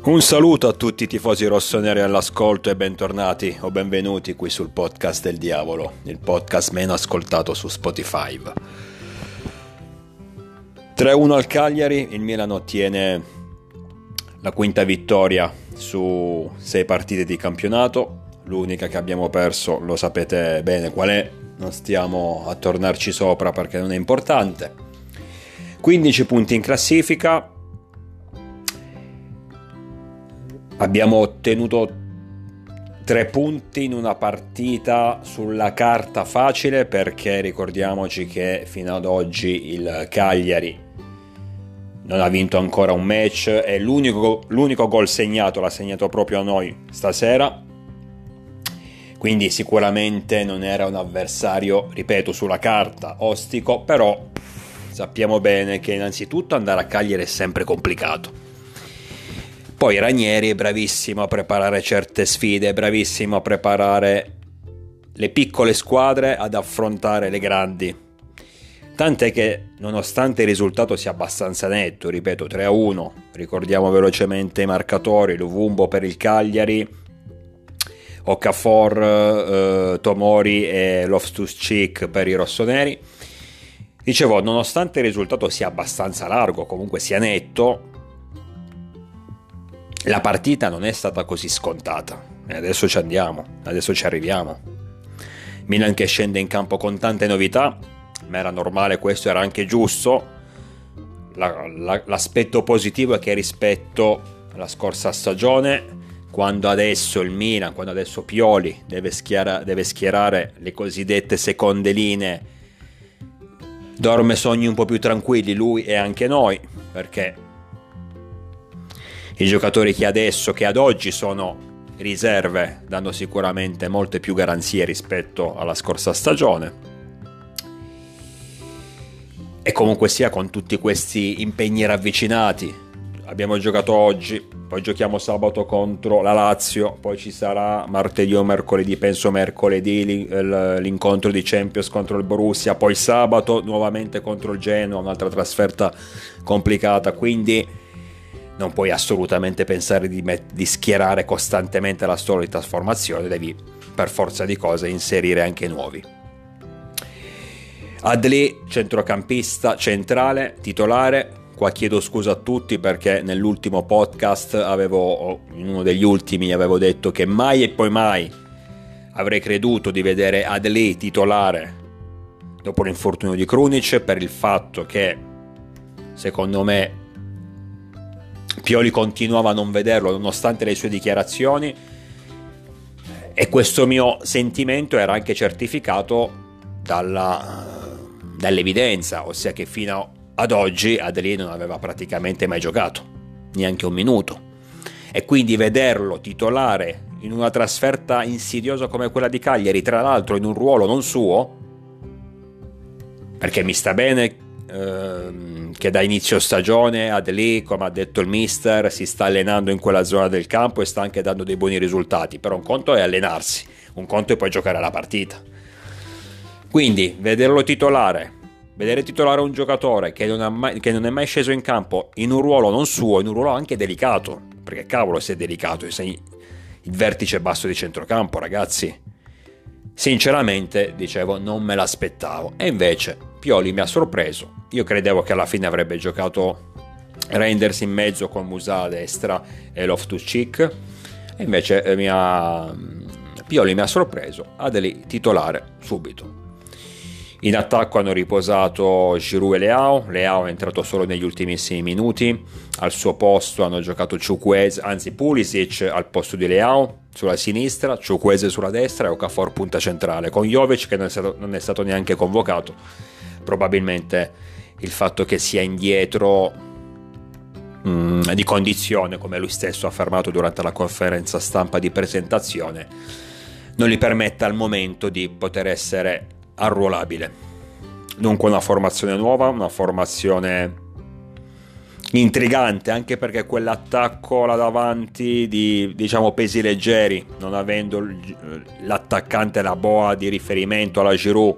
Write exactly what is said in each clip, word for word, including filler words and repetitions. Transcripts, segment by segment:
Un saluto a tutti i tifosi rossoneri all'ascolto e bentornati o benvenuti qui sul podcast del diavolo, il podcast meno ascoltato su Spotify. tre a uno al Cagliari, il Milan ottiene la quinta vittoria su sei partite di campionato, l'unica che abbiamo perso lo sapete bene qual è, non stiamo a tornarci sopra perché non è importante. quindici punti in classifica. Abbiamo ottenuto tre punti in una partita sulla carta facile, perché ricordiamoci che fino ad oggi il Cagliari non ha vinto ancora un match e l'unico, l'unico gol segnato l'ha segnato proprio a noi stasera, quindi sicuramente non era un avversario, ripeto, sulla carta ostico, però sappiamo bene che innanzitutto andare a Cagliari è sempre complicato. Poi Ranieri è bravissimo a preparare certe sfide, è bravissimo a preparare le piccole squadre ad affrontare le grandi. Tant'è che nonostante il risultato sia abbastanza netto, ripeto tre a uno, ricordiamo velocemente i marcatori: Luvumbo per il Cagliari, Okafor, eh, Tomori e Loftus-Cheek per i rossoneri. Dicevo, nonostante il risultato sia abbastanza largo, comunque sia netto, la partita non è stata così scontata e adesso ci andiamo, adesso ci arriviamo. Milan che scende in campo con tante novità, ma era normale, questo era anche giusto. La, la, l'aspetto positivo è che rispetto alla scorsa stagione, quando adesso il Milan, quando adesso Pioli deve, schiera, deve schierare le cosiddette seconde linee, dorme sogni un po' più tranquilli lui e anche noi, perché i giocatori che adesso, che ad oggi sono riserve, danno sicuramente molte più garanzie rispetto alla scorsa stagione. E comunque sia, con tutti questi impegni ravvicinati, abbiamo giocato oggi, poi giochiamo sabato contro la Lazio, poi ci sarà martedì o mercoledì, penso mercoledì, l'incontro di Champions contro il Borussia, poi sabato nuovamente contro il Genoa, un'altra trasferta complicata, quindi non puoi assolutamente pensare di, met- di schierare costantemente la solita formazione, devi per forza di cose inserire anche nuovi. Adli, centrocampista centrale, titolare. Qua chiedo scusa a tutti perché nell'ultimo podcast avevo, in uno degli ultimi, avevo detto che mai e poi mai avrei creduto di vedere Adli titolare dopo l'infortunio di Krunic, per il fatto che secondo me Pioli continuava a non vederlo nonostante le sue dichiarazioni, e questo mio sentimento era anche certificato dalla, dall'evidenza, ossia che fino ad oggi Adli non aveva praticamente mai giocato, neanche un minuto, e quindi vederlo titolare in una trasferta insidiosa come quella di Cagliari, tra l'altro in un ruolo non suo, perché mi sta bene che da inizio stagione Adli, come ha detto il mister, si sta allenando in quella zona del campo e sta anche dando dei buoni risultati, però un conto è allenarsi, un conto è poi giocare la partita. Quindi vederlo titolare, vedere titolare un giocatore che non, ha mai, che non è mai sceso in campo in un ruolo non suo, in un ruolo anche delicato, perché cavolo se è delicato, sei il vertice basso di centrocampo, ragazzi, sinceramente dicevo non me l'aspettavo, e invece Pioli mi ha sorpreso. Io credevo che alla fine avrebbe giocato Reinders in mezzo con Musà a destra e Loftus-Cheek, e invece mi ha... Pioli mi ha sorpreso. Adli titolare subito. In attacco hanno riposato Giroud e Leao. Leao è entrato solo negli ultimissimi minuti. Al suo posto hanno giocato Chukwueze, anzi Pulisic al posto di Leao sulla sinistra, Chukwueze sulla destra e Okafor punta centrale, con Jovic che non è stato, non è stato neanche convocato. Probabilmente il fatto che sia indietro mh, di condizione, come lui stesso ha affermato durante la conferenza stampa di presentazione, non gli permette al momento di poter essere arruolabile. Dunque una formazione nuova, una formazione intrigante, anche perché quell'attacco là davanti di, diciamo, pesi leggeri, non avendo l'attaccante, la boa di riferimento alla Giroud,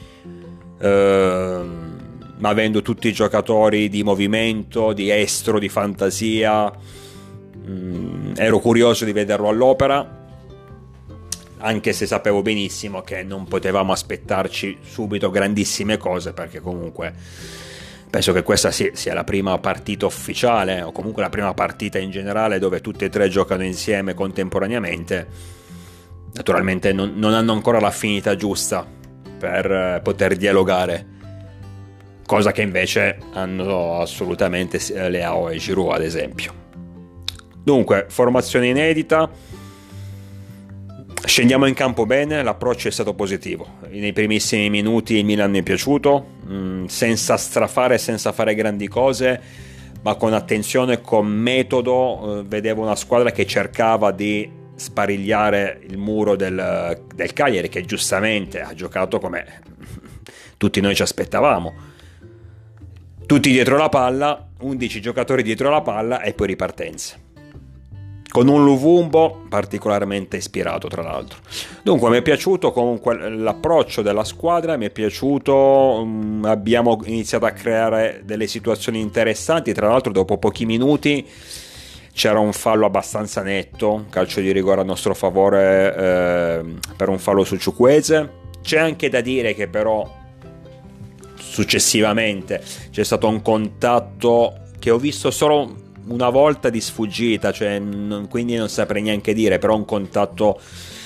ehm, avendo tutti i giocatori di movimento, di estro, di fantasia, Mm, ero curioso di vederlo all'opera, anche se sapevo benissimo che non potevamo aspettarci subito grandissime cose, perché comunque penso che questa sia la prima partita ufficiale, o comunque la prima partita in generale dove tutti e tre giocano insieme contemporaneamente. Naturalmente non, non hanno ancora l'affinità giusta per poter dialogare, cosa che invece hanno assolutamente Leao e Giroud, ad esempio. Dunque, formazione inedita, scendiamo in campo bene, l'approccio è stato positivo. Nei primissimi minuti il Milan mi è piaciuto, mh, senza strafare, senza fare grandi cose, ma con attenzione, con metodo. Eh, vedevo una squadra che cercava di sparigliare il muro del, del Cagliari, che giustamente ha giocato come tutti noi ci aspettavamo. Tutti dietro la palla, undici giocatori dietro la palla e poi ripartenze. Con un Luvumbo particolarmente ispirato, tra l'altro. Dunque mi è piaciuto comunque l'approccio della squadra, mi è piaciuto, um, abbiamo iniziato a creare delle situazioni interessanti, tra l'altro dopo pochi minuti c'era un fallo abbastanza netto, calcio di rigore a nostro favore eh, per un fallo su Chukwueze. C'è anche da dire che però successivamente c'è stato un contatto che ho visto solo una volta di sfuggita, cioè non, quindi non saprei neanche dire, però un contatto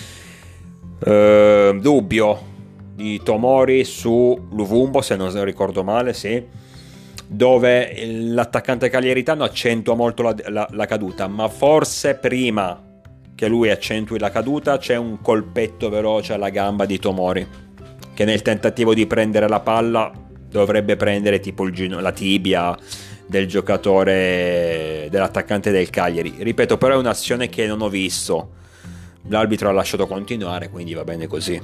eh, dubbio di Tomori su Luvumbo, se non ricordo male, sì, dove l'attaccante cagliaritano accentua molto la, la, la caduta, ma forse prima che lui accentui la caduta c'è un colpetto veloce alla gamba di Tomori, che nel tentativo di prendere la palla dovrebbe prendere tipo il gino, la tibia del giocatore, dell'attaccante del Cagliari. Ripeto, però è un'azione che non ho visto, l'arbitro ha lasciato continuare, quindi va bene così.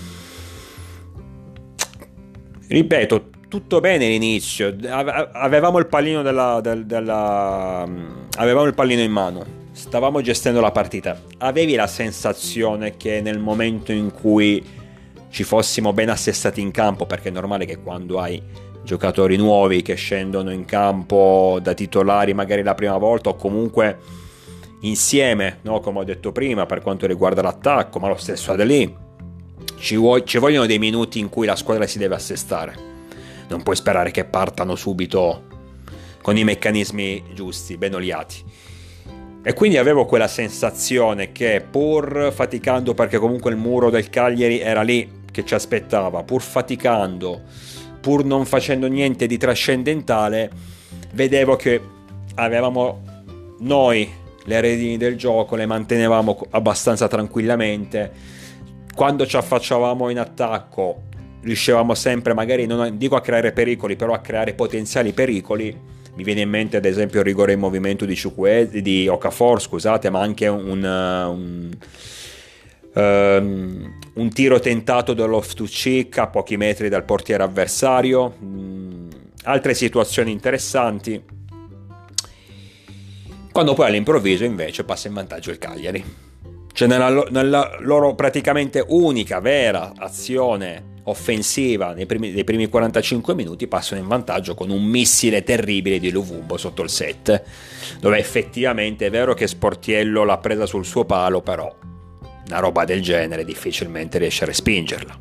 Ripeto, tutto bene all'inizio, avevamo il pallino della, della, della avevamo il pallino in mano, stavamo gestendo la partita, avevi la sensazione che nel momento in cui ci fossimo ben assestati in campo, perché è normale che quando hai giocatori nuovi che scendono in campo da titolari magari la prima volta, o comunque insieme, no? Come ho detto prima, per quanto riguarda l'attacco, ma lo stesso Adeli, ci, vuoi, ci vogliono dei minuti in cui la squadra si deve assestare, non puoi sperare che partano subito con i meccanismi giusti, ben oliati. E quindi avevo quella sensazione che, pur faticando, perché comunque il muro del Cagliari era lì che ci aspettava, pur faticando, pur non facendo niente di trascendentale, vedevo che avevamo noi le redini del gioco, le mantenevamo abbastanza tranquillamente. Quando ci affacciavamo in attacco riuscivamo sempre, magari non dico a creare pericoli, però a creare potenziali pericoli. Mi viene in mente ad esempio il rigore in movimento di Chukwueze, di Okafor, scusate, ma anche un, un Um, un tiro tentato da Loftus-Cheek a pochi metri dal portiere avversario, um, altre situazioni interessanti, quando poi all'improvviso invece passa in vantaggio il Cagliari, cioè nella, nella loro praticamente unica vera azione offensiva nei primi, nei primi quarantacinque minuti passano in vantaggio con un missile terribile di Luvumbo sotto il set, dove effettivamente è vero che Sportiello l'ha presa sul suo palo, però una roba del genere difficilmente riesce a respingerla.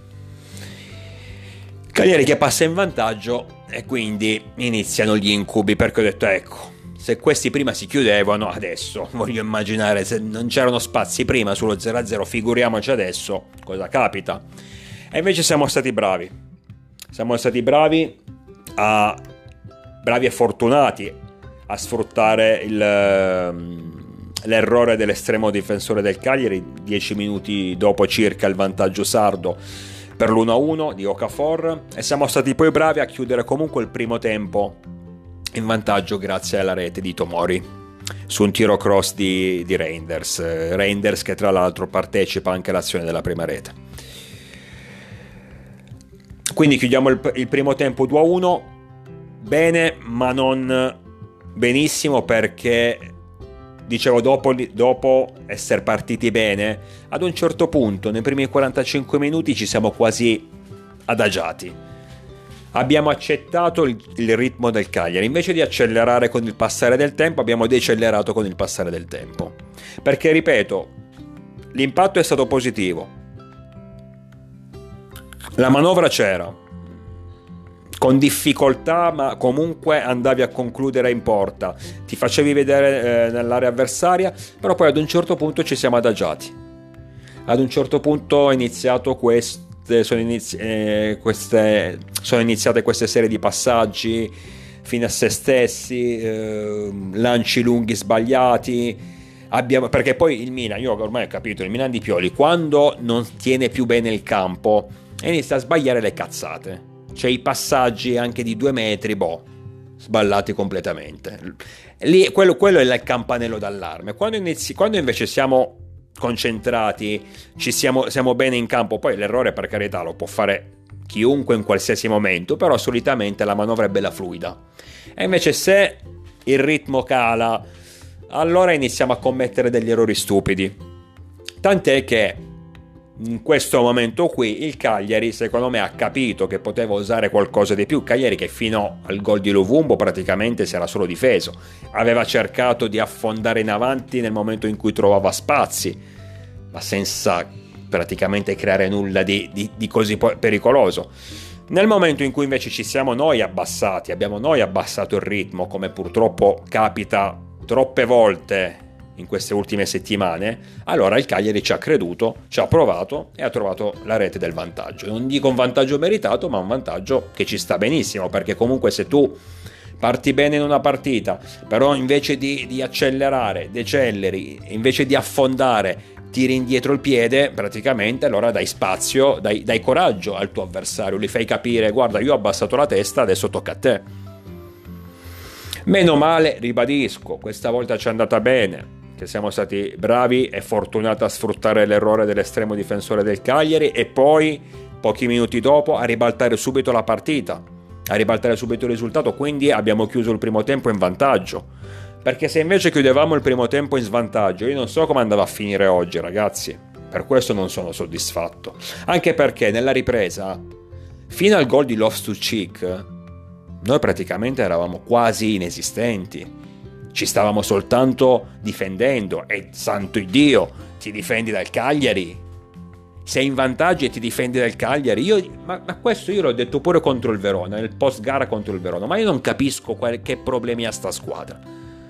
Cagliari che passa in vantaggio e quindi iniziano gli incubi, perché ho detto ecco, se questi prima si chiudevano, adesso voglio immaginare, se non c'erano spazi prima sullo zero a zero, figuriamoci adesso cosa capita. E invece siamo stati bravi siamo stati bravi a bravi e fortunati a sfruttare il l'errore dell'estremo difensore del Cagliari dieci minuti dopo circa il vantaggio sardo per l'uno a uno di Okafor, e siamo stati poi bravi a chiudere comunque il primo tempo in vantaggio grazie alla rete di Tomori su un tiro cross di, di Reinders Reinders che tra l'altro partecipa anche all'azione della prima rete. Quindi chiudiamo il, il primo tempo due a uno bene, ma non benissimo, perché dicevo, dopo, dopo essere partiti bene, ad un certo punto nei primi quarantacinque minuti ci siamo quasi adagiati. abbiamo accettato il, il ritmo del Cagliari, invece di accelerare con il passare del tempo abbiamo decelerato con il passare del tempo, perché ripeto, l'impatto è stato positivo, la manovra c'era, con difficoltà, ma comunque andavi a concludere in porta, ti facevi vedere eh, nell'area avversaria, però poi ad un certo punto ci siamo adagiati. Ad un certo punto è iniziato queste, sono, inizi, eh, queste, sono iniziate queste serie di passaggi fine a se stessi, eh, lanci lunghi sbagliati. Abbiamo, perché poi il Milan, io ormai ho capito, il Milan di Pioli, quando non tiene più bene il campo, inizia a sbagliare le cazzate. Cioè i passaggi anche di due metri, boh, sballati completamente. Lì, quello, quello è il campanello d'allarme. Quando, inizi, quando invece siamo concentrati, ci siamo, siamo bene in campo, poi l'errore per carità lo può fare chiunque in qualsiasi momento, però solitamente la manovra è bella fluida. E invece se il ritmo cala, allora iniziamo a commettere degli errori stupidi. Tant'è che in questo momento qui il Cagliari secondo me ha capito che poteva usare qualcosa di più. Cagliari che fino al gol di Luvumbo praticamente si era solo difeso, aveva cercato di affondare in avanti nel momento in cui trovava spazi, ma senza praticamente creare nulla di, di, di così pericoloso. Nel momento in cui invece ci siamo noi abbassati, abbiamo noi abbassato il ritmo, come purtroppo capita troppe volte in queste ultime settimane, allora il Cagliari ci ha creduto, ci ha provato e ha trovato la rete del vantaggio. Non dico un vantaggio meritato, ma un vantaggio che ci sta benissimo, perché comunque se tu parti bene in una partita, però invece di, di accelerare, decelleri, invece di affondare, tiri indietro il piede, praticamente allora dai spazio, dai, dai coraggio al tuo avversario, gli fai capire: guarda, io ho abbassato la testa, adesso tocca a te. Meno male, ribadisco, questa volta ci è andata bene, che siamo stati bravi e fortunati a sfruttare l'errore dell'estremo difensore del Cagliari e poi, pochi minuti dopo, a ribaltare subito la partita, a ribaltare subito il risultato. Quindi abbiamo chiuso il primo tempo in vantaggio, perché se invece chiudevamo il primo tempo in svantaggio, io non so come andava a finire oggi, ragazzi. Per questo non sono soddisfatto, anche perché nella ripresa, fino al gol di Loftus-Cheek, noi praticamente eravamo quasi inesistenti. Ci stavamo soltanto difendendo, e santo Dio, ti difendi dal Cagliari? Sei in vantaggio e ti difendi dal Cagliari? Io, ma, ma questo io l'ho detto pure contro il Verona, nel post gara contro il Verona, ma io non capisco qual, che problemi ha sta squadra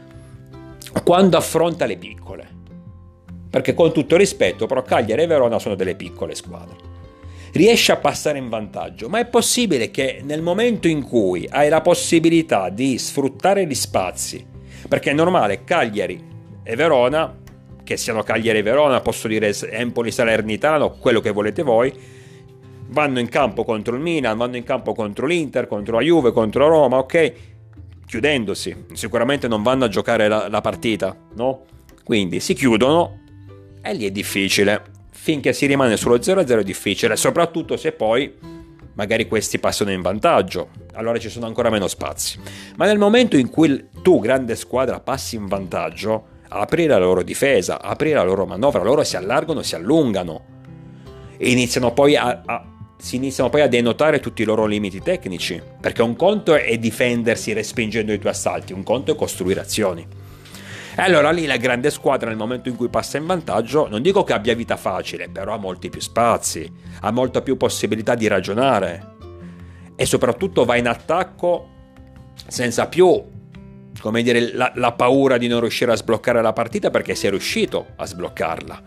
quando affronta le piccole, perché con tutto rispetto, però Cagliari e Verona sono delle piccole squadre. Riesce a passare in vantaggio, ma è possibile che nel momento in cui hai la possibilità di sfruttare gli spazi, perché è normale, Cagliari e Verona, che siano Cagliari e Verona, posso dire Empoli, Salernitano, quello che volete voi, vanno in campo contro il Milan, vanno in campo contro l'Inter, contro la Juve, contro Roma, ok? Chiudendosi, sicuramente non vanno a giocare la, la partita, no? Quindi si chiudono e lì è difficile. Finché si rimane sullo zero a zero è difficile, soprattutto se poi magari questi passano in vantaggio, allora ci sono ancora meno spazi. Ma nel momento in cui tu, grande squadra, passi in vantaggio, apri la loro difesa, apri la loro manovra, loro si allargano, si allungano e iniziano poi a, a, si iniziano poi a denotare tutti i loro limiti tecnici, perché un conto è difendersi respingendo i tuoi assalti, un conto è costruire azioni. E allora lì la grande squadra, nel momento in cui passa in vantaggio, non dico che abbia vita facile, però ha molti più spazi, ha molta più possibilità di ragionare e soprattutto va in attacco senza più, come dire, la, la paura di non riuscire a sbloccare la partita, perché sei riuscito a sbloccarla.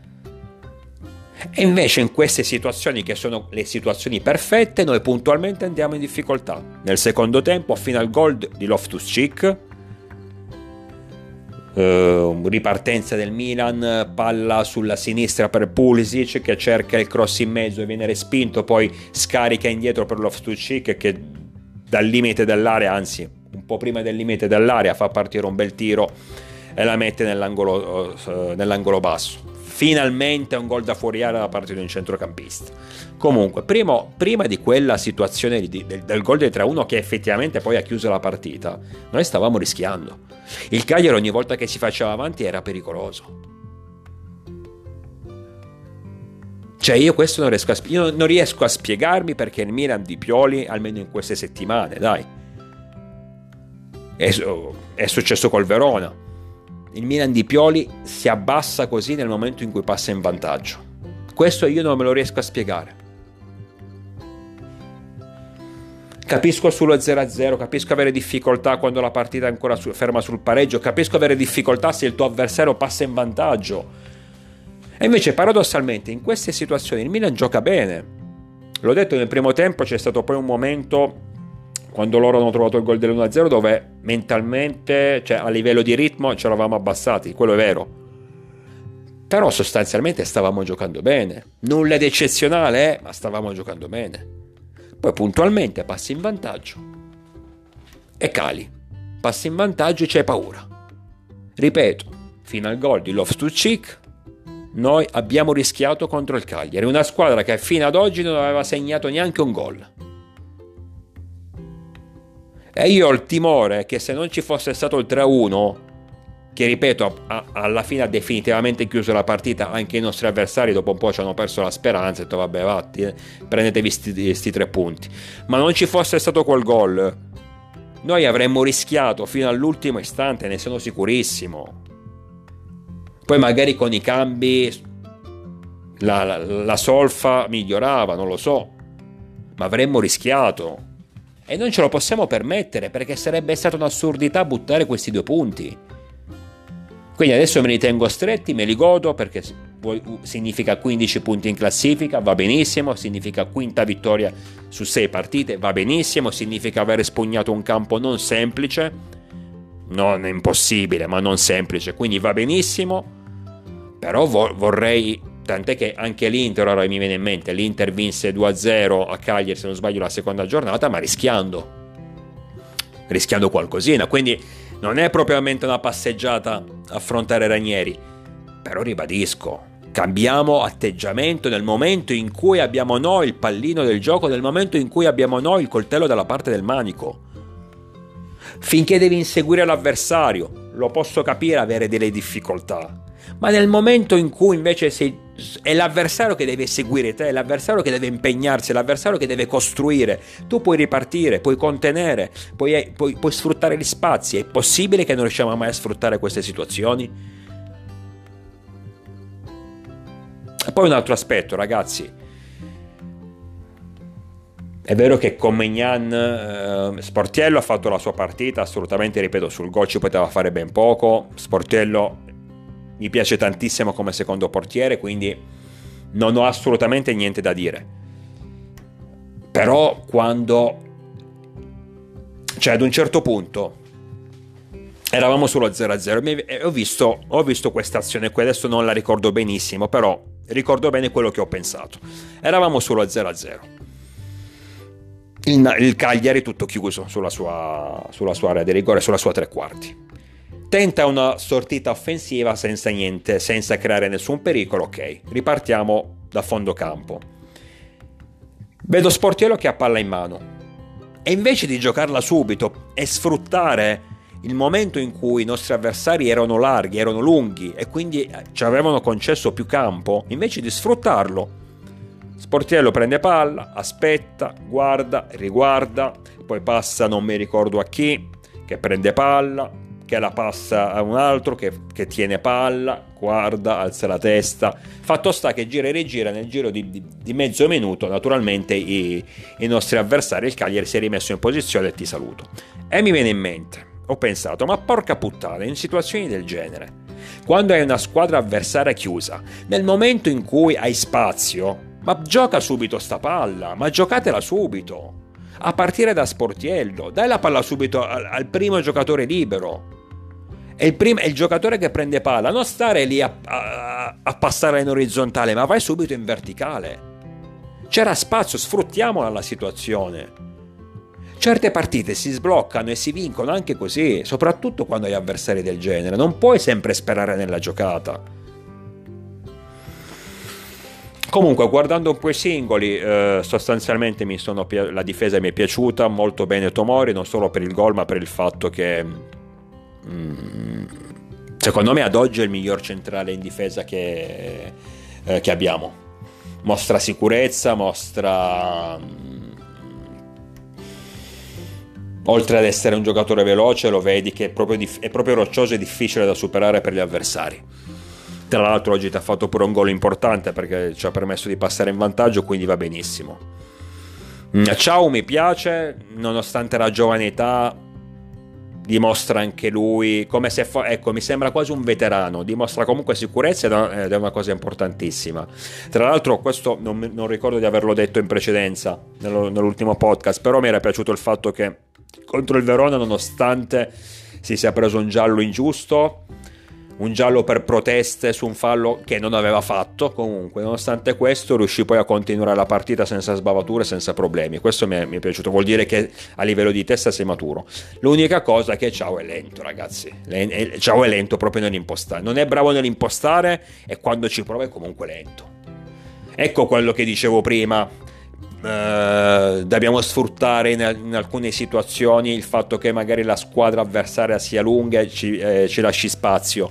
E invece in queste situazioni, che sono le situazioni perfette, noi puntualmente andiamo in difficoltà. Nel secondo tempo, fino al gol di Loftus-Cheek, Uh, ripartenza del Milan, palla sulla sinistra per Pulisic che cerca il cross in mezzo e viene respinto, poi scarica indietro per Loftus-Cheek che dal limite dell'area, anzi un po' prima del limite dell'area, fa partire un bel tiro e la mette nell'angolo, uh, nell'angolo basso. Finalmente un gol da fuori area da parte di un centrocampista. Comunque, primo, prima di quella situazione di, del, del gol del tre a uno che effettivamente poi ha chiuso la partita, noi stavamo rischiando. Il Cagliari ogni volta che si faceva avanti era pericoloso. Cioè io questo non riesco a, io non riesco a spiegarmi perché il Milan di Pioli, almeno in queste settimane, dai, è, è successo col Verona, il Milan di Pioli si abbassa così nel momento in cui passa in vantaggio. Questo io non me lo riesco a spiegare. Capisco sullo zero a zero, capisco avere difficoltà quando la partita è ancora su, ferma sul pareggio, capisco avere difficoltà se il tuo avversario passa in vantaggio. E invece paradossalmente in queste situazioni il Milan gioca bene. L'ho detto nel primo tempo, c'è stato poi un momento quando loro hanno trovato il gol dell'uno a zero dove mentalmente, cioè a livello di ritmo ci eravamo abbassati, quello è vero. Però sostanzialmente stavamo giocando bene. Nulla di eccezionale, eh, ma stavamo giocando bene. Poi puntualmente passi in vantaggio e cali. Passi in vantaggio e c'hai paura. Ripeto, fino al gol di Loftus-Cheek noi abbiamo rischiato contro il Cagliari, una squadra che fino ad oggi non aveva segnato neanche un gol. E io ho il timore che se non ci fosse stato il tre a uno, che ripeto a, a, alla fine ha definitivamente chiuso la partita, anche i nostri avversari dopo un po' ci hanno perso la speranza e detto vabbè vatti, eh, prendetevi questi tre punti, ma non ci fosse stato quel gol noi avremmo rischiato fino all'ultimo istante, ne sono sicurissimo. Poi magari con i cambi la, la, la solfa migliorava, non lo so, ma avremmo rischiato e non ce lo possiamo permettere perché sarebbe stata un'assurdità buttare questi due punti. Quindi adesso me li tengo stretti, me li godo perché significa quindici punti in classifica, va benissimo, significa quinta vittoria su sei partite, va benissimo, significa aver espugnato un campo non semplice, non impossibile, ma non semplice, quindi va benissimo, però vorrei, tant'è che anche l'Inter, ora mi viene in mente, l'Inter vinse due a zero a Cagliari, se non sbaglio la seconda giornata, ma rischiando, rischiando qualcosina, quindi non è propriamente una passeggiata affrontare Ranieri, però ribadisco, cambiamo atteggiamento nel momento in cui abbiamo noi il pallino del gioco, nel momento in cui abbiamo noi il coltello dalla parte del manico. Finché devi inseguire l'avversario, lo posso capire avere delle difficoltà, ma nel momento in cui invece sei, è l'avversario che deve seguire te, è l'avversario che deve impegnarsi, è l'avversario che deve costruire, tu puoi ripartire, puoi contenere, puoi, puoi, puoi sfruttare gli spazi. È possibile che non riusciamo mai a sfruttare queste situazioni? E poi un altro aspetto, ragazzi, è vero che con Maignan eh, Sportiello ha fatto la sua partita, assolutamente, ripeto, sul gol ci poteva fare ben poco. Sportiello mi piace tantissimo come secondo portiere, quindi non ho assolutamente niente da dire. Però quando, cioè ad un certo punto eravamo sullo zero a zero e ho visto, ho visto questa azione qui, adesso non la ricordo benissimo, però ricordo bene quello che ho pensato. Eravamo sullo zero a zero, il, il Cagliari tutto chiuso sulla sua, sulla sua area di rigore, sulla sua tre quarti. Tenta una sortita offensiva senza niente, senza creare nessun pericolo, ok, ripartiamo da fondo campo. Vedo Sportiello che ha palla in mano e invece di giocarla subito e sfruttare il momento in cui i nostri avversari erano larghi, erano lunghi e quindi ci avevano concesso più campo, invece di sfruttarlo, Sportiello prende palla, aspetta, guarda, riguarda, poi passa non mi ricordo a chi, che prende palla, che la passa a un altro che, che tiene palla, guarda, alza la testa, fatto sta che gira e rigira nel giro di, di, di mezzo minuto, naturalmente i, i nostri avversari, il Cagliari si è rimesso in posizione e ti saluto. E mi viene in mente, ho pensato, ma porca puttana, in situazioni del genere, quando hai una squadra avversaria chiusa, nel momento in cui hai spazio, ma gioca subito sta palla, ma giocatela subito, a partire da Sportiello, dai la palla subito al, al primo giocatore libero. È il, prim- è il giocatore che prende palla, non stare lì a, a, a passare in orizzontale, ma vai subito in verticale. C'era spazio, sfruttiamola la situazione. Certe partite si sbloccano e si vincono anche così, soprattutto quando hai avversari del genere. Non puoi sempre sperare nella giocata. Comunque, guardando un po' i singoli, eh, sostanzialmente mi sono pi- la difesa mi è piaciuta molto bene. Tomori, non solo per il gol, ma per il fatto che secondo me ad oggi è il miglior centrale in difesa che, eh, che abbiamo. mostra sicurezza, mostra, oltre ad essere un giocatore veloce, lo vedi che è proprio, dif- è proprio roccioso e difficile da superare per gli avversari. Tra l'altro oggi ti ha fatto pure un gol importante perché ci ha permesso di passare in vantaggio, quindi va benissimo. Ciao, mi piace, nonostante la giovane età dimostra anche lui come se fa- ecco, mi sembra quasi un veterano, dimostra comunque sicurezza ed è una cosa importantissima. Tra l'altro questo non, non ricordo di averlo detto in precedenza nello, nell'ultimo podcast, però mi era piaciuto il fatto che contro il Verona, nonostante si sia preso un giallo ingiusto, un giallo per proteste su un fallo che non aveva fatto, comunque nonostante questo riuscì poi a continuare la partita senza sbavature, senza problemi. Questo mi è, mi è piaciuto, vuol dire che a livello di testa sei maturo. L'unica cosa è che Ciao è lento, ragazzi, Ciao è lento proprio nell'impostare, non è bravo nell'impostare e quando ci prova è comunque lento. Ecco quello che dicevo prima. Uh, dobbiamo sfruttare in, in alcune situazioni il fatto che magari la squadra avversaria sia lunga e ci, eh, ci lasci spazio.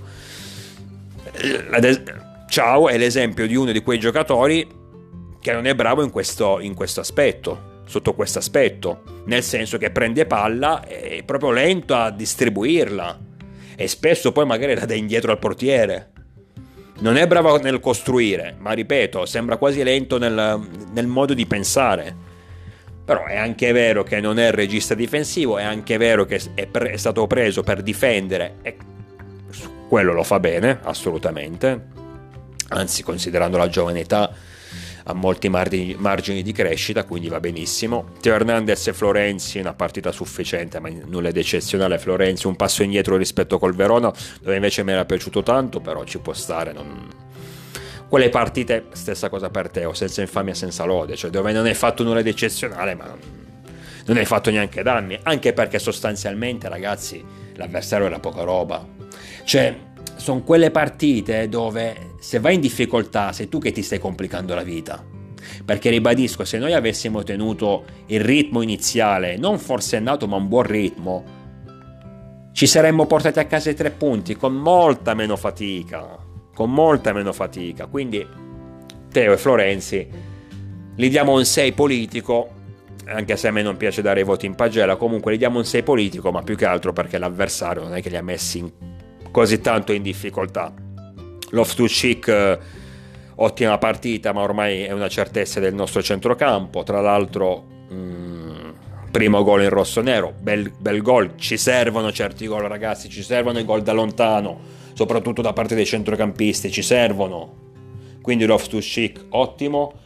Ciao è l'esempio di uno di quei giocatori che non è bravo in questo, in questo aspetto, sotto questo aspetto, nel senso che prende palla e è proprio lento a distribuirla e spesso poi magari la dà indietro al portiere. Non è bravo nel costruire, ma ripeto, sembra quasi lento nel, nel modo di pensare. Però è anche vero che non è il regista difensivo, è anche vero che è, pre- è stato preso per difendere e quello lo fa bene, assolutamente. Anzi, considerando la giovane età, ha molti margini, margini di crescita, quindi va benissimo. Teo Hernandez e Florenzi, una partita sufficiente, ma nulla di eccezionale. Florenzi un passo indietro rispetto col Verona, dove invece mi era piaciuto tanto, però ci può stare. Non... Quelle partite, stessa cosa per Teo, senza infamia, senza lode, cioè dove non hai fatto nulla di eccezionale, ma non, non hai fatto neanche danni, anche perché sostanzialmente, ragazzi, l'avversario era poca roba. Cioè, sono quelle partite dove se vai in difficoltà sei tu che ti stai complicando la vita, perché ribadisco, se noi avessimo tenuto il ritmo iniziale, non forsennato ma un buon ritmo, ci saremmo portati a casa i tre punti con molta meno fatica con molta meno fatica. Quindi Teo e Florenzi gli diamo un sei politico, anche se a me non piace dare i voti in pagella, comunque gli diamo un sei politico, ma più che altro perché l'avversario non è che li ha messi in così tanto in difficoltà. Loftus-Cheek, ottima partita, ma ormai è una certezza del nostro centrocampo. Tra l'altro mh, primo gol in rosso-nero, bel, bel gol, ci servono certi gol, ragazzi, ci servono i gol da lontano, soprattutto da parte dei centrocampisti, ci servono. Quindi Loftus-Cheek ottimo.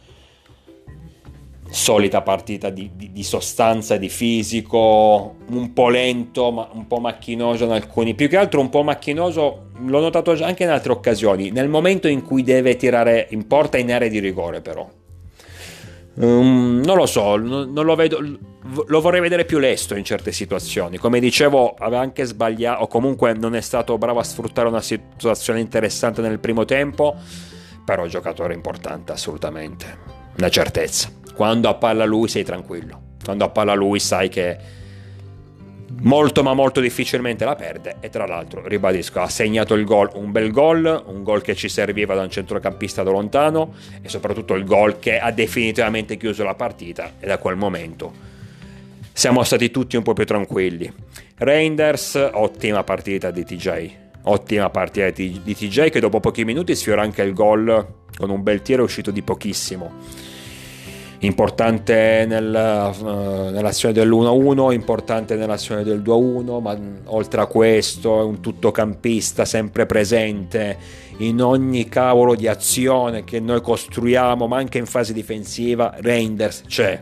Solita partita di, di, di sostanza, di fisico, un po' lento, ma un po' macchinoso in alcuni, più che altro un po' macchinoso, l'ho notato anche in altre occasioni, nel momento in cui deve tirare in porta in area di rigore, però um, non lo so, non, non lo vedo, lo vorrei vedere più lesto in certe situazioni. Come dicevo, aveva anche sbagliato, o comunque non è stato bravo a sfruttare una situazione interessante nel primo tempo, però giocatore importante assolutamente, una certezza. Quando a palla lui sei tranquillo, quando a palla lui sai che molto ma molto difficilmente la perde. E tra l'altro, ribadisco, ha segnato il gol, un bel gol, un gol che ci serviva da un centrocampista da lontano, e soprattutto il gol che ha definitivamente chiuso la partita, e da quel momento siamo stati tutti un po' più tranquilli. Reinders, ottima partita di T J, ottima partita di T J, che dopo pochi minuti sfiora anche il gol con un bel tiro uscito di pochissimo. Importante nel, uh, nell'azione dell'uno a uno, importante nell'azione del due a uno, ma oltre a questo è un tuttocampista sempre presente in ogni cavolo di azione che noi costruiamo, ma anche in fase difensiva. Reinders c'è.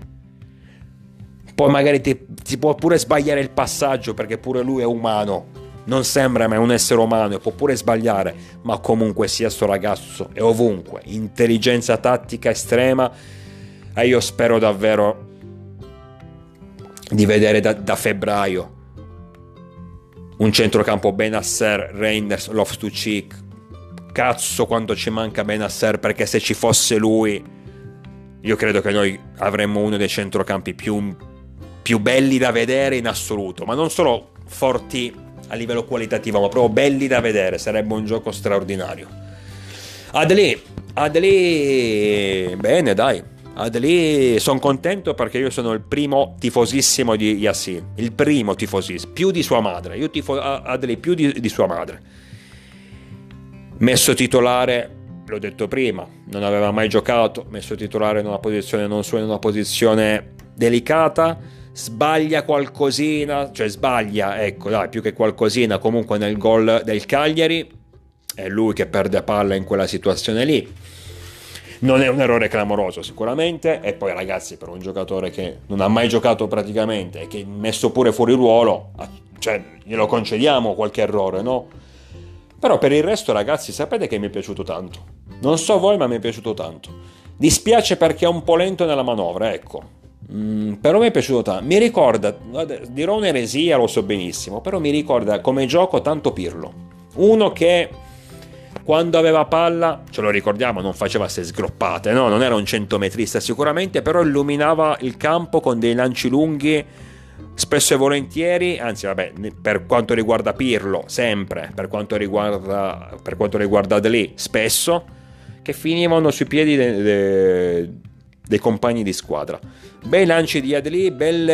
Poi magari ti, ti può pure sbagliare il passaggio, perché pure lui è umano, non sembra ma è un essere umano e può pure sbagliare, ma comunque sia sto ragazzo è ovunque, intelligenza tattica estrema. E io spero davvero di vedere da, da febbraio un centrocampo Benasser, Reinders, Loftus-Cheek. Cazzo quanto ci manca Benasser, perché se ci fosse lui io credo che noi avremmo uno dei centrocampi più, più belli da vedere in assoluto, ma non solo forti a livello qualitativo, ma proprio belli da vedere. Sarebbe un gioco straordinario. Adli, Adli, bene dai, Adli, sono contento perché io sono il primo tifosissimo di Yassin, il primo tifosissimo, più di sua madre, io tifo Adli più di, di sua madre. Messo titolare, l'ho detto prima, non aveva mai giocato, messo titolare in una posizione non solo in una posizione delicata, sbaglia qualcosina, cioè sbaglia, ecco dai, più che qualcosina, comunque nel gol del Cagliari, è lui che perde palla in quella situazione lì. Non è un errore clamoroso sicuramente, e poi ragazzi, per un giocatore che non ha mai giocato praticamente e che è messo pure fuori ruolo, cioè glielo concediamo qualche errore, no? Però per il resto ragazzi, sapete che mi è piaciuto tanto, non so voi ma mi è piaciuto tanto. Dispiace perché è un po' lento nella manovra, ecco, mm, però mi è piaciuto tanto. Mi ricorda, dirò un'eresia, lo so benissimo, però mi ricorda come gioco tanto Pirlo, uno che quando aveva palla, ce lo ricordiamo, non faceva se sgroppate, no? Non era un centometrista sicuramente, però illuminava il campo con dei lanci lunghi, spesso e volentieri, anzi vabbè, per quanto riguarda Pirlo, sempre, per quanto riguarda, per quanto riguarda Adli, spesso, che finivano sui piedi de, de, dei compagni di squadra. Bei lanci di Adli,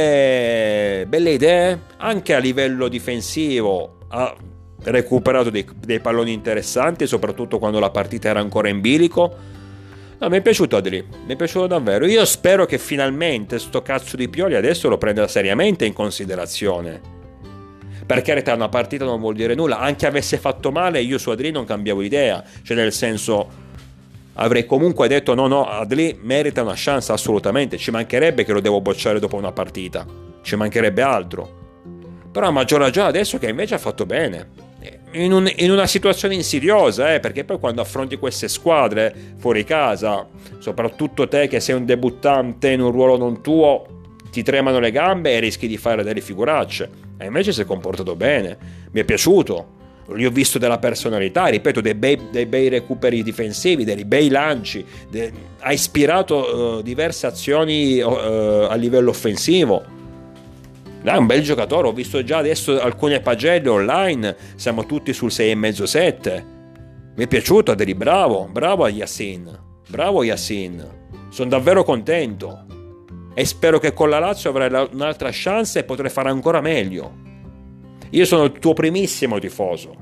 belle, belle idee, anche a livello difensivo, ha recuperato dei, dei palloni interessanti, soprattutto quando la partita era ancora in bilico. No, mi è piaciuto Adli, mi è piaciuto davvero. Io spero che finalmente sto cazzo di Pioli adesso lo prenda seriamente in considerazione. Per carità, una partita non vuol dire nulla, anche avesse fatto male io su Adli non cambiavo idea, cioè nel senso avrei comunque detto no no, Adli merita una chance assolutamente, ci mancherebbe che lo devo bocciare dopo una partita, ci mancherebbe altro. Però a maggior ragione adesso che invece ha fatto bene. In, un, in una situazione insidiosa, eh, perché poi quando affronti queste squadre fuori casa, soprattutto te che sei un debuttante in un ruolo non tuo, ti tremano le gambe e rischi di fare delle figuracce. E invece si è comportato bene, mi è piaciuto, gli ho visto della personalità, ripeto, dei bei, dei bei recuperi difensivi, dei bei lanci, de, ha ispirato uh, diverse azioni uh, a livello offensivo. È un bel giocatore, ho visto già adesso alcune pagelle online, siamo tutti sul sei e mezzo sette. Mi è piaciuto Adli, bravo, bravo a Yassin, bravo Yassin, sono davvero contento e spero che con la Lazio avrai un'altra chance e potrai fare ancora meglio. Io sono il tuo primissimo tifoso.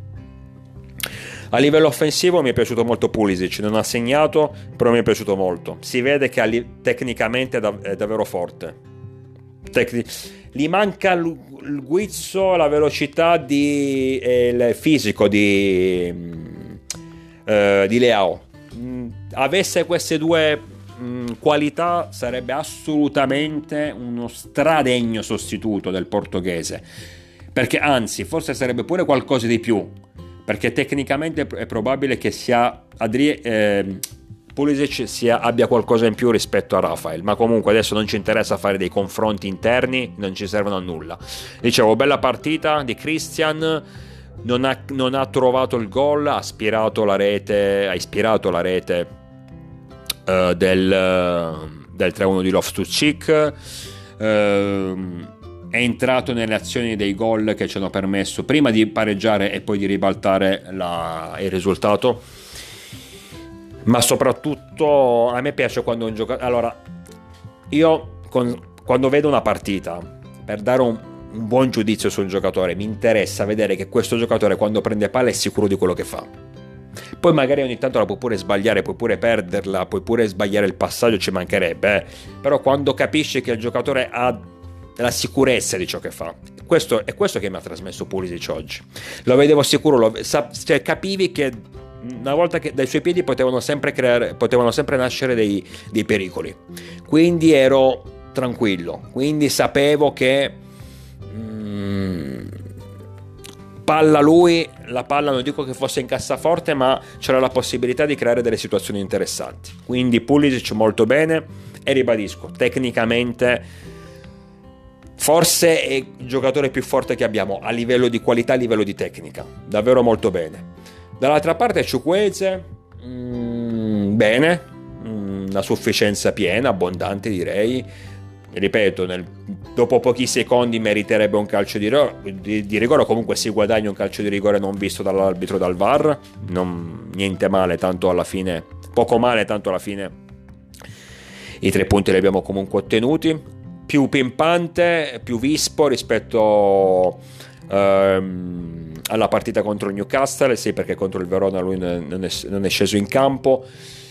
A livello offensivo mi è piaciuto molto Pulisic, non ha segnato, però mi è piaciuto molto. Si vede che tecnicamente è, dav- è davvero forte. Tecni- gli manca l- il guizzo, la velocità di, e il fisico di, eh, di Leao. Mm, avesse queste due mm, qualità sarebbe assolutamente uno stradegno sostituto del portoghese, perché anzi forse sarebbe pure qualcosa di più, perché tecnicamente è probabile che sia Adri- eh, Pulisic sia, abbia qualcosa in più rispetto a Rafael, ma comunque adesso non ci interessa fare dei confronti interni, non ci servono a nulla. Dicevo, bella partita di Christian, non ha, non ha trovato il gol, ha ispirato la rete, ha ispirato la rete uh, del, del tre a uno di Loftus-Cheek, uh, è entrato nelle azioni dei gol che ci hanno permesso prima di pareggiare e poi di ribaltare la, il risultato. Ma soprattutto a me piace quando un giocatore, allora io con, quando vedo una partita, per dare un, un buon giudizio sul giocatore, mi interessa vedere che questo giocatore quando prende palla è sicuro di quello che fa. Poi magari ogni tanto la puoi pure sbagliare, puoi pure perderla, puoi pure sbagliare il passaggio, ci mancherebbe, eh. Però quando capisci che il giocatore ha la sicurezza di ciò che fa, questo è questo che mi ha trasmesso Pulisic oggi. Lo vedevo sicuro, lo, cioè capivi che una volta che dai suoi piedi potevano sempre creare, potevano sempre nascere dei, dei pericoli, quindi ero tranquillo, quindi sapevo che mm, palla lui, la palla non dico che fosse in cassaforte, ma c'era la possibilità di creare delle situazioni interessanti, quindi Pulisic molto bene e ribadisco, tecnicamente forse è il giocatore più forte che abbiamo a livello di qualità, a livello di tecnica, davvero molto bene. Dall'altra parte Chukwueze, mm, bene, mm, una sufficienza piena, abbondante direi, ripeto, nel dopo pochi secondi meriterebbe un calcio di, ro- di, di rigore, comunque si guadagna un calcio di rigore non visto dall'arbitro dal V A R, non, niente male, tanto alla fine, poco male, tanto alla fine i tre punti li abbiamo comunque ottenuti. Più pimpante, più vispo rispetto ehm, alla partita contro il Newcastle, sì, perché contro il Verona lui non è, non è sceso in campo.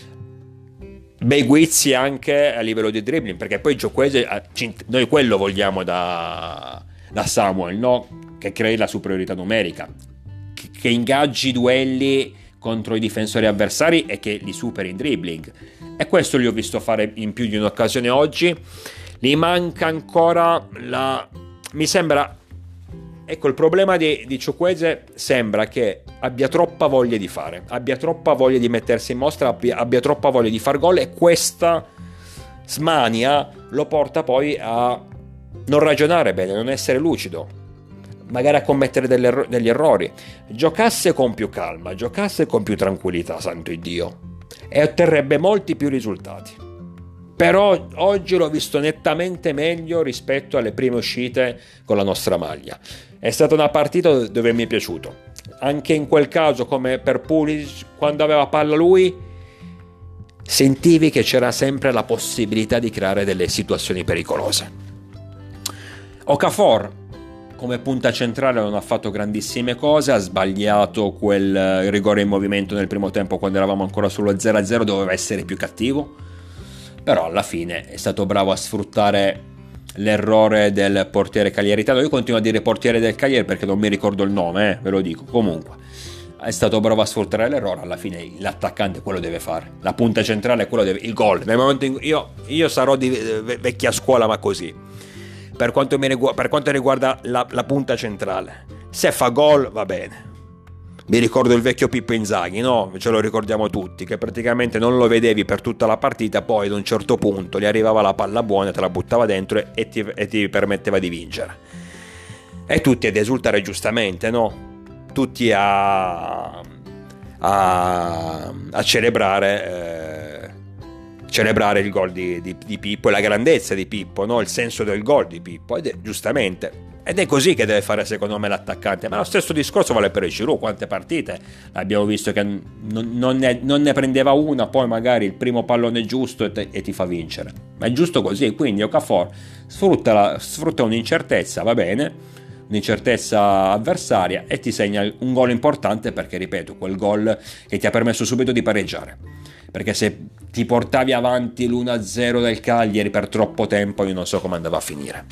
Bei guizzi anche a livello di dribbling, perché poi Gioquese, noi quello vogliamo da, da Samuel, no? Che crei la superiorità numerica, che, che ingaggi i duelli contro i difensori avversari e che li superi in dribbling, e questo li ho visto fare in più di un'occasione oggi. Gli manca ancora la... mi sembra... Ecco, il problema di, di Chukwueze sembra che abbia troppa voglia di fare, abbia troppa voglia di mettersi in mostra, abbia, abbia troppa voglia di far gol, e questa smania lo porta poi a non ragionare bene, a non essere lucido, magari a commettere delle, degli errori. Giocasse con più calma, giocasse con più tranquillità, santo Dio, e otterrebbe molti più risultati. Però oggi l'ho visto nettamente meglio rispetto alle prime uscite con la nostra maglia. È stata una partita dove mi è piaciuto. Anche in quel caso, come per Pulisic, quando aveva palla lui, sentivi che c'era sempre la possibilità di creare delle situazioni pericolose. Okafor, come punta centrale, non ha fatto grandissime cose, ha sbagliato quel rigore in movimento nel primo tempo quando eravamo ancora sullo zero a zero, doveva essere più cattivo. Però alla fine è stato bravo a sfruttare l'errore del portiere cagliaritano. Io continuo a dire portiere del Cagliari perché non mi ricordo il nome, eh, ve lo dico. Comunque è stato bravo a sfruttare l'errore. Alla fine l'attaccante quello deve fare, la punta centrale quello deve, il gol. Nel momento in cui io, io sarò di vecchia scuola, ma così per quanto, mi riguarda, per quanto riguarda la, la punta centrale, se fa gol va bene. Mi ricordo il vecchio Pippo Inzaghi, no? Ce lo ricordiamo tutti, che praticamente non lo vedevi per tutta la partita, poi ad un certo punto gli arrivava la palla buona, te la buttava dentro e ti, e ti permetteva di vincere. E tutti ad esultare giustamente, no? Tutti a, a, a celebrare, eh, celebrare il gol di, di, di Pippo e la grandezza di Pippo, no? Il senso del gol di Pippo, ed è giustamente... Ed è così che deve fare secondo me l'attaccante. Ma lo stesso discorso vale per il Giroud. Quante partite abbiamo visto che non, non, ne, non ne prendeva una, poi magari il primo pallone giusto e, te, e ti fa vincere. Ma è giusto così. Quindi Okafor sfrutta, la, sfrutta un'incertezza, va bene, un'incertezza avversaria, e ti segna un gol importante, perché ripeto, quel gol che ti ha permesso subito di pareggiare. Perché se ti portavi avanti l'uno a zero del Cagliari per troppo tempo, io non so come andava a finire.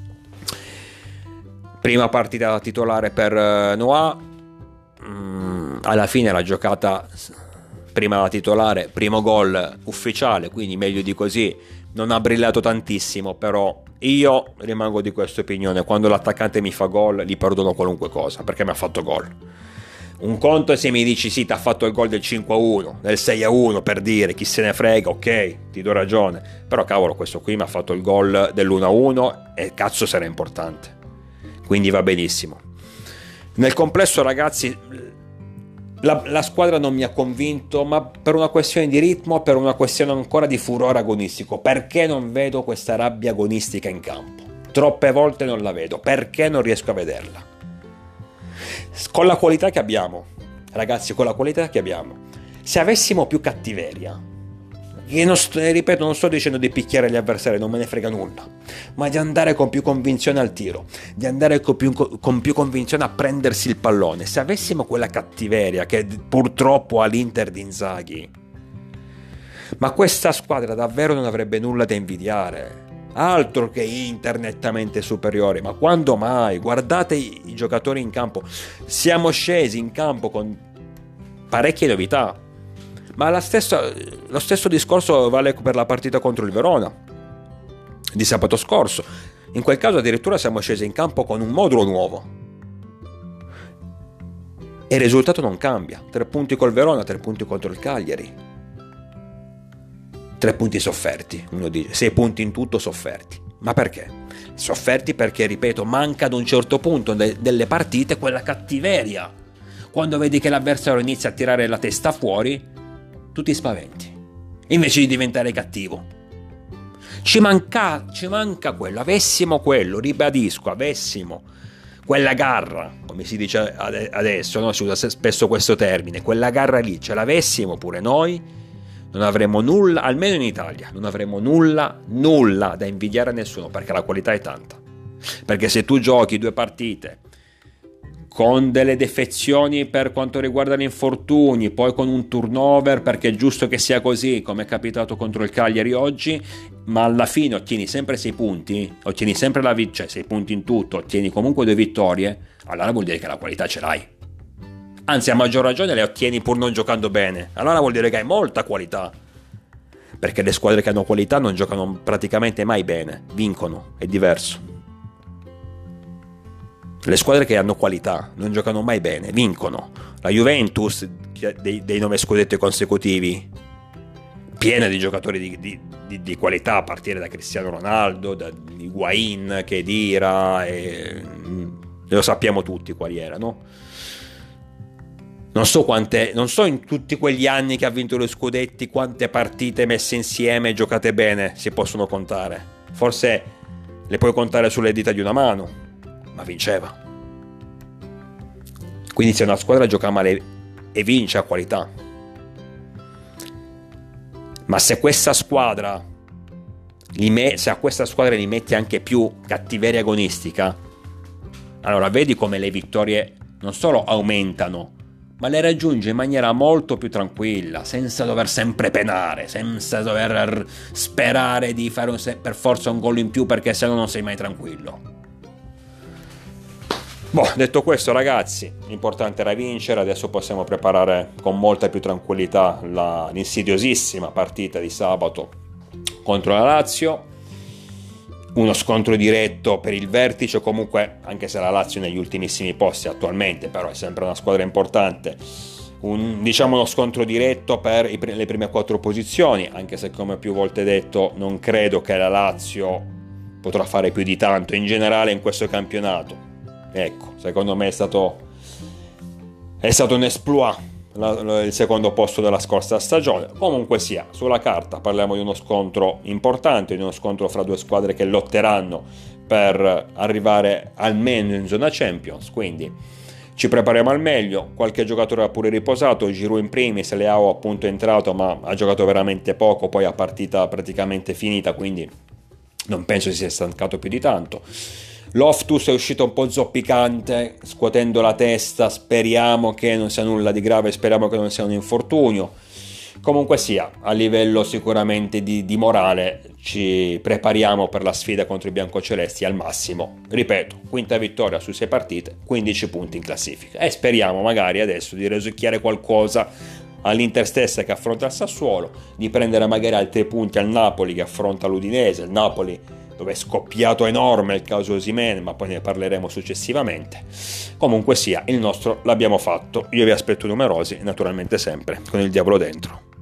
Prima partita titolare per Noah, mm, alla fine la giocata, prima la titolare, primo gol ufficiale, quindi meglio di così, non ha brillato tantissimo, però io rimango di questa opinione: quando l'attaccante mi fa gol gli perdono qualunque cosa, perché mi ha fatto gol. Un conto è se mi dici sì, ti ha fatto il gol del cinque a uno, del sei a uno, per dire, chi se ne frega, ok, ti do ragione, però cavolo, questo qui mi ha fatto il gol dell'uno a uno e cazzo sarà importante. Quindi va benissimo. Nel complesso, ragazzi, la, la squadra non mi ha convinto, ma per una questione di ritmo, per una questione ancora di furore agonistico. Perché non vedo questa rabbia agonistica in campo? Troppe volte non la vedo. Perché non riesco a vederla? Con la qualità che abbiamo, ragazzi, con la qualità che abbiamo, se avessimo più cattiveria, io non sto, ripeto, non sto dicendo di picchiare gli avversari, non me ne frega nulla, ma di andare con più convinzione al tiro, di andare con più, con più convinzione a prendersi il pallone. Se avessimo quella cattiveria che purtroppo ha l'Inter di Inzaghi, ma questa squadra davvero non avrebbe nulla da invidiare. Altro che Inter nettamente superiore, ma quando mai? Guardate i, i giocatori in campo. Siamo scesi in campo con parecchie novità. Ma la stessa, lo stesso discorso vale per la partita contro il Verona di sabato scorso. In quel caso addirittura siamo scesi in campo con un modulo nuovo e il risultato non cambia. Tre punti col Verona, tre punti contro il Cagliari, tre punti sofferti, uno dice, sei punti in tutto sofferti. Ma perché? Sofferti perché, ripeto, manca ad un certo punto de- delle partite quella cattiveria. Quando vedi che l'avversario inizia a tirare la testa fuori, tu ti spaventi, invece di diventare cattivo. Ci manca, ci manca quello, avessimo quello, ribadisco, avessimo quella garra, come si dice adesso, no? Si usa spesso questo termine, quella garra lì, ce l'avessimo pure noi, non avremmo nulla, almeno in Italia, non avremmo nulla, nulla da invidiare a nessuno, perché la qualità è tanta. Perché se tu giochi due partite con delle defezioni per quanto riguarda gli infortuni, poi con un turnover, perché è giusto che sia così, come è capitato contro il Cagliari oggi, ma alla fine ottieni sempre sei punti, ottieni sempre la vittoria, cioè sei punti in tutto, ottieni comunque due vittorie, allora vuol dire che la qualità ce l'hai. Anzi, a maggior ragione le ottieni pur non giocando bene, allora vuol dire che hai molta qualità. Perché le squadre che hanno qualità non giocano praticamente mai bene, vincono, è diverso. Le squadre che hanno qualità non giocano mai bene, vincono. La Juventus, dei, dei nove scudetti consecutivi, piena di giocatori di, di, di, di qualità, a partire da Cristiano Ronaldo, da Higuain, Khedira, e lo sappiamo tutti quali erano. Non so quante, non so in tutti quegli anni che ha vinto lo scudetti quante partite messe insieme e giocate bene si possono contare. Forse le puoi contare sulle dita di una mano, ma vinceva. Quindi se una squadra gioca male e vince a qualità, ma se questa squadra se a questa squadra gli metti anche più cattiveria agonistica, allora vedi come le vittorie non solo aumentano, ma le raggiunge in maniera molto più tranquilla, senza dover sempre penare, senza dover sperare di fare un, per forza un gol in più, perché se no non sei mai tranquillo. Boh, detto questo ragazzi, l'importante era vincere, adesso possiamo preparare con molta più tranquillità la, l'insidiosissima partita di sabato contro la Lazio, uno scontro diretto per il vertice, comunque anche se la Lazio è negli ultimissimi posti attualmente, però è sempre una squadra importante, un, diciamo uno scontro diretto per i, le prime quattro posizioni, anche se come più volte detto non credo che la Lazio potrà fare più di tanto in generale in questo campionato. Ecco, secondo me è stato è stato un exploit la, la, il secondo posto della scorsa stagione. Comunque sia, sulla carta parliamo di uno scontro importante, di uno scontro fra due squadre che lotteranno per arrivare almeno in zona Champions, quindi ci prepariamo al meglio. Qualche giocatore ha pure riposato, Giroud in primis, Leao appunto è entrato ma ha giocato veramente poco, poi a partita praticamente finita, quindi non penso si sia stancato più di tanto. Loftus è uscito un po' zoppicante, scuotendo la testa, speriamo che non sia nulla di grave, speriamo che non sia un infortunio. Comunque sia, a livello sicuramente di, di morale ci prepariamo per la sfida contro i biancocelesti al massimo. Ripeto, quinta vittoria su sei partite, quindici punti in classifica, e speriamo magari adesso di risucchiare qualcosa all'Inter stessa che affronta il Sassuolo, di prendere magari altri punti al Napoli che affronta l'Udinese, il Napoli dove è scoppiato enorme il caso Osimhen, ma poi ne parleremo successivamente. Comunque sia, il nostro l'abbiamo fatto, io vi aspetto numerosi, naturalmente sempre con il diavolo dentro.